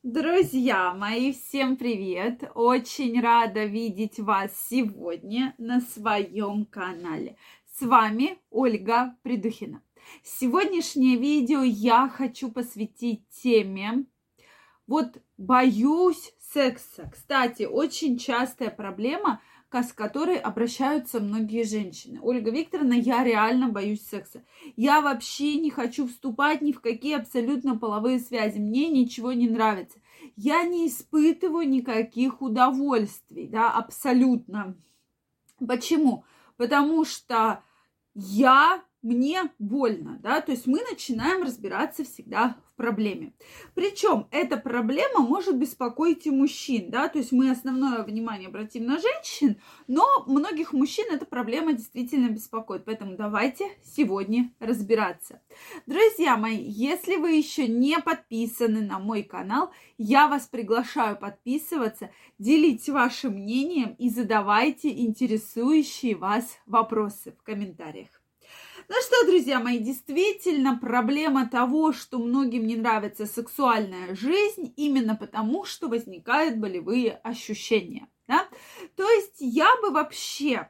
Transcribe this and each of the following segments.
Друзья мои, всем привет! Очень рада видеть вас сегодня на своем канале. С вами Ольга Придухина. Сегодняшнее видео я хочу посвятить теме боюсь секса. Кстати, очень частая проблема, с которой обращаются многие женщины. Ольга Викторовна, я реально боюсь секса. Я вообще не хочу вступать ни в какие абсолютно половые связи. Мне ничего не нравится. Я не испытываю никаких удовольствий, да, абсолютно. Почему? Потому что мне больно, да, то есть мы начинаем разбираться всегда в проблеме. Причем эта проблема может беспокоить и мужчин, да, то есть мы основное внимание обратим на женщин, но многих мужчин эта проблема действительно беспокоит, поэтому давайте сегодня разбираться. Друзья мои, если вы еще не подписаны на мой канал, я вас приглашаю подписываться, делитесь вашим мнением и задавайте интересующие вас вопросы в комментариях. Ну что, друзья мои, действительно проблема того, что многим не нравится сексуальная жизнь, именно потому, что возникают болевые ощущения. Да? То есть я бы вообще,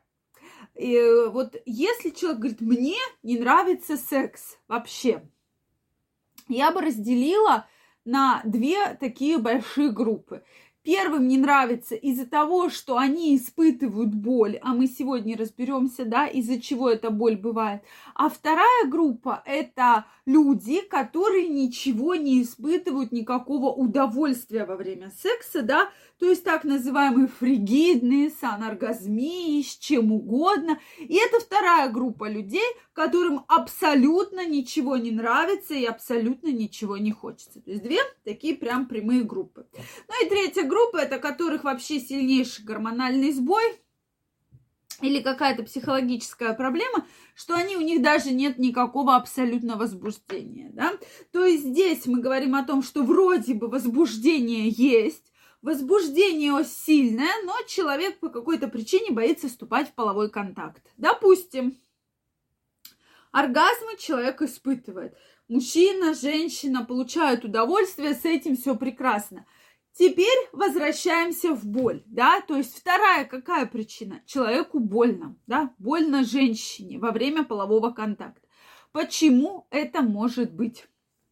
если человек говорит, мне не нравится секс вообще, я бы разделила на две такие большие группы. Первым не нравится из-за того, что они испытывают боль, а мы сегодня разберемся, да, из-за чего эта боль бывает. А вторая группа – это люди, которые ничего не испытывают, никакого удовольствия во время секса, да, то есть так называемые фригидные, с аноргазмией, с чем угодно. И это вторая группа людей, которым абсолютно ничего не нравится и абсолютно ничего не хочется. То есть две такие прям прямые группы. Ну и третья группа, это которых вообще сильнейший гормональный сбой или какая-то психологическая проблема, что у них даже нет никакого абсолютного возбуждения. Да? То есть здесь мы говорим о том, что вроде бы возбуждение есть, возбуждение сильное, но человек по какой-то причине боится вступать в половой контакт. Допустим, оргазмы человек испытывает. Мужчина, женщина получают удовольствие, с этим все прекрасно. Теперь возвращаемся в боль, да, то есть вторая какая причина? Человеку больно, да, больно женщине во время полового контакта. Почему это может быть?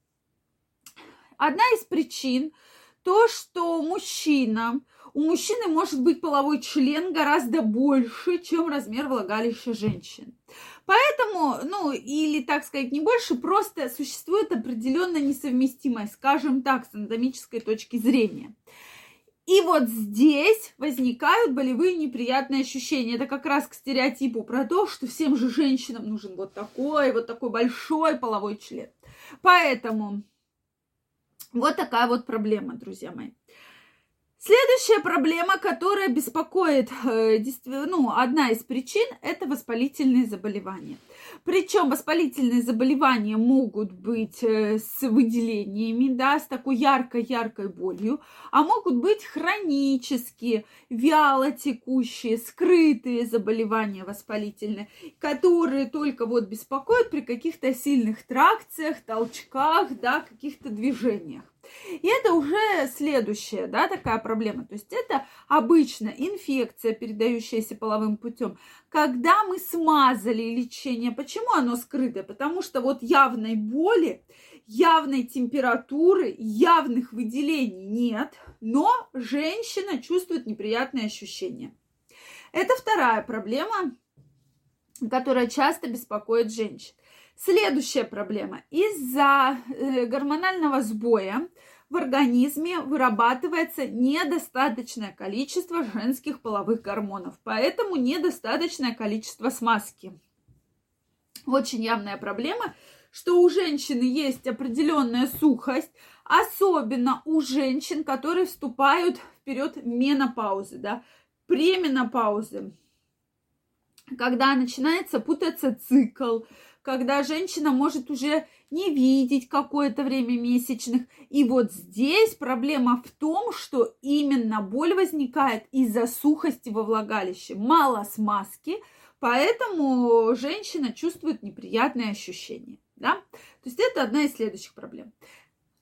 Одна из причин то, что у мужчины может быть половой член гораздо больше, чем размер влагалища женщины. Поэтому, или, так сказать, не больше, просто существует определенная несовместимость, скажем так, с анатомической точки зрения. И вот здесь возникают болевые неприятные ощущения. Это как раз к стереотипу про то, что всем же женщинам нужен вот такой большой половой член. Поэтому вот такая вот проблема, друзья мои. Следующая проблема, которая беспокоит, одна из причин, это воспалительные заболевания. Причем воспалительные заболевания могут быть с выделениями, да, с такой яркой болью, а могут быть хронические, вяло текущие, скрытые заболевания воспалительные, которые только беспокоят при каких-то сильных тракциях, толчках, да, каких-то движениях. И это уже следующая, да, такая проблема. То есть это обычно инфекция, передающаяся половым путем. Когда мы смазали лечение, почему оно скрыто? Потому что явной боли, явной температуры, явных выделений нет, но женщина чувствует неприятные ощущения. Это вторая проблема, которая часто беспокоит женщин. Следующая проблема. Из-за гормонального сбоя в организме вырабатывается недостаточное количество женских половых гормонов, поэтому недостаточное количество смазки. Очень явная проблема, что у женщины есть определенная сухость, особенно у женщин, которые вступают в период менопаузы, да, пременопаузы, когда начинается путаться цикл, когда женщина может уже не видеть какое-то время месячных. И вот здесь проблема в том, что именно боль возникает из-за сухости во влагалище. Мало смазки, поэтому женщина чувствует неприятные ощущения. Да? То есть это одна из следующих проблем.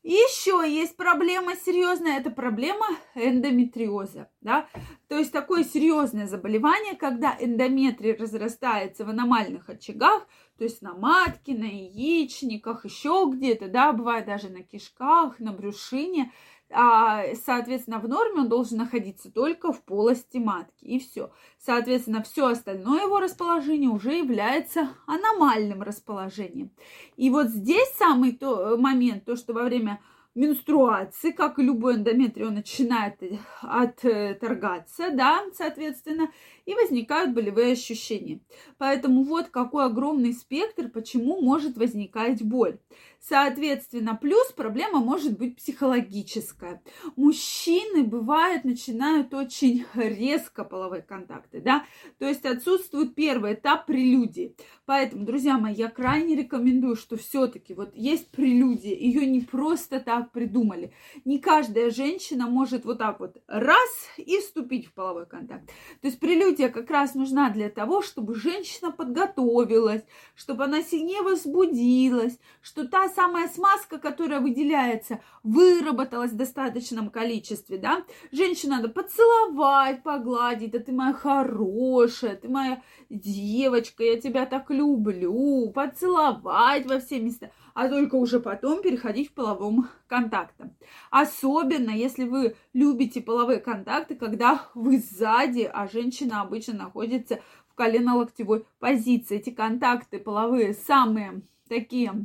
Еще есть проблема серьезная, это проблема эндометриоза, да, то есть такое серьезное заболевание, когда эндометрий разрастается в аномальных очагах, то есть на матке, на яичниках, еще где-то, да, бывает даже на кишках, на брюшине. Соответственно, в норме он должен находиться только в полости матки, и все. Соответственно, все остальное его расположение уже является аномальным расположением. И вот здесь самый момент, то, что во время менструации, как и любой эндометрий, он начинает отторгаться, да, соответственно, и возникают болевые ощущения. Поэтому вот какой огромный спектр, почему может возникать боль. Соответственно, плюс проблема может быть психологическая. Мужчины, бывает, начинают очень резко половые контакты, да, то есть отсутствует первый этап прелюдии. Поэтому, друзья мои, я крайне рекомендую, что все-таки вот есть прелюдия, ее не просто так придумали. Не каждая женщина может вот так вот раз и вступить в половой контакт. То есть прелюдия как раз нужна для того, чтобы женщина подготовилась, чтобы она сильнее возбудилась, что та самая смазка, которая выделяется, выработалась в достаточном количестве, да. Женщину надо поцеловать, погладить, да ты моя хорошая, ты моя девочка, я тебя так люблю, поцеловать во все места, а только уже потом переходить в половом контактам. Особенно, если вы любите половые контакты, когда вы сзади, а женщина обычно находится в колено-локтевой позиции. Эти контакты половые самые такие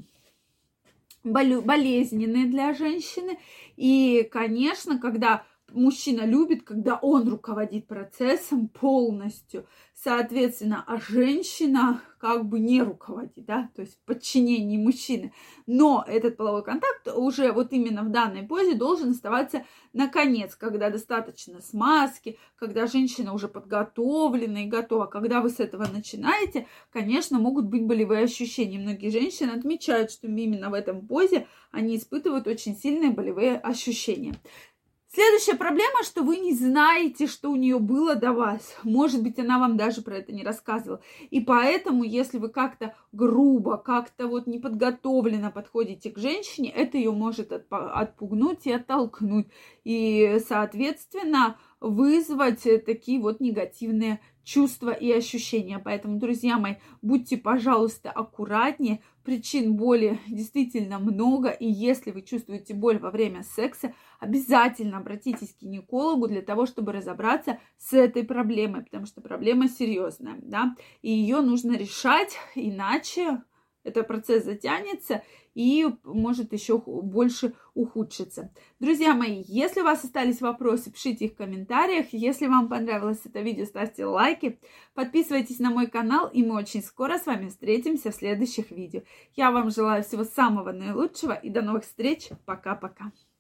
болезненные для женщины. И, конечно, когда мужчина любит, когда он руководит процессом полностью, соответственно, а женщина как бы не руководит, да, то есть в подчинении мужчины. Но этот половой контакт уже вот именно в данной позе должен оставаться наконец, когда достаточно смазки, когда женщина уже подготовлена и готова. Когда вы с этого начинаете, конечно, могут быть болевые ощущения. Многие женщины отмечают, что именно в этом позе они испытывают очень сильные болевые ощущения. Следующая проблема, что вы не знаете, что у нее было до вас. Может быть, она вам даже про это не рассказывала. И поэтому, если вы как-то грубо, как-то вот неподготовленно подходите к женщине, это ее может отпугнуть и оттолкнуть. И, соответственно, вызвать такие вот негативные чувства и ощущения. Поэтому, друзья мои, будьте, пожалуйста, аккуратнее. Причин боли действительно много. И если вы чувствуете боль во время секса, обязательно обратитесь к гинекологу для того, чтобы разобраться с этой проблемой. Потому что проблема серьезная, да. И ее нужно решать, иначе этот процесс затянется и может еще больше ухудшиться. Друзья мои, если у вас остались вопросы, пишите их в комментариях. Если вам понравилось это видео, ставьте лайки, подписывайтесь на мой канал, и мы очень скоро с вами встретимся в следующих видео. Я вам желаю всего самого наилучшего и до новых встреч. Пока-пока.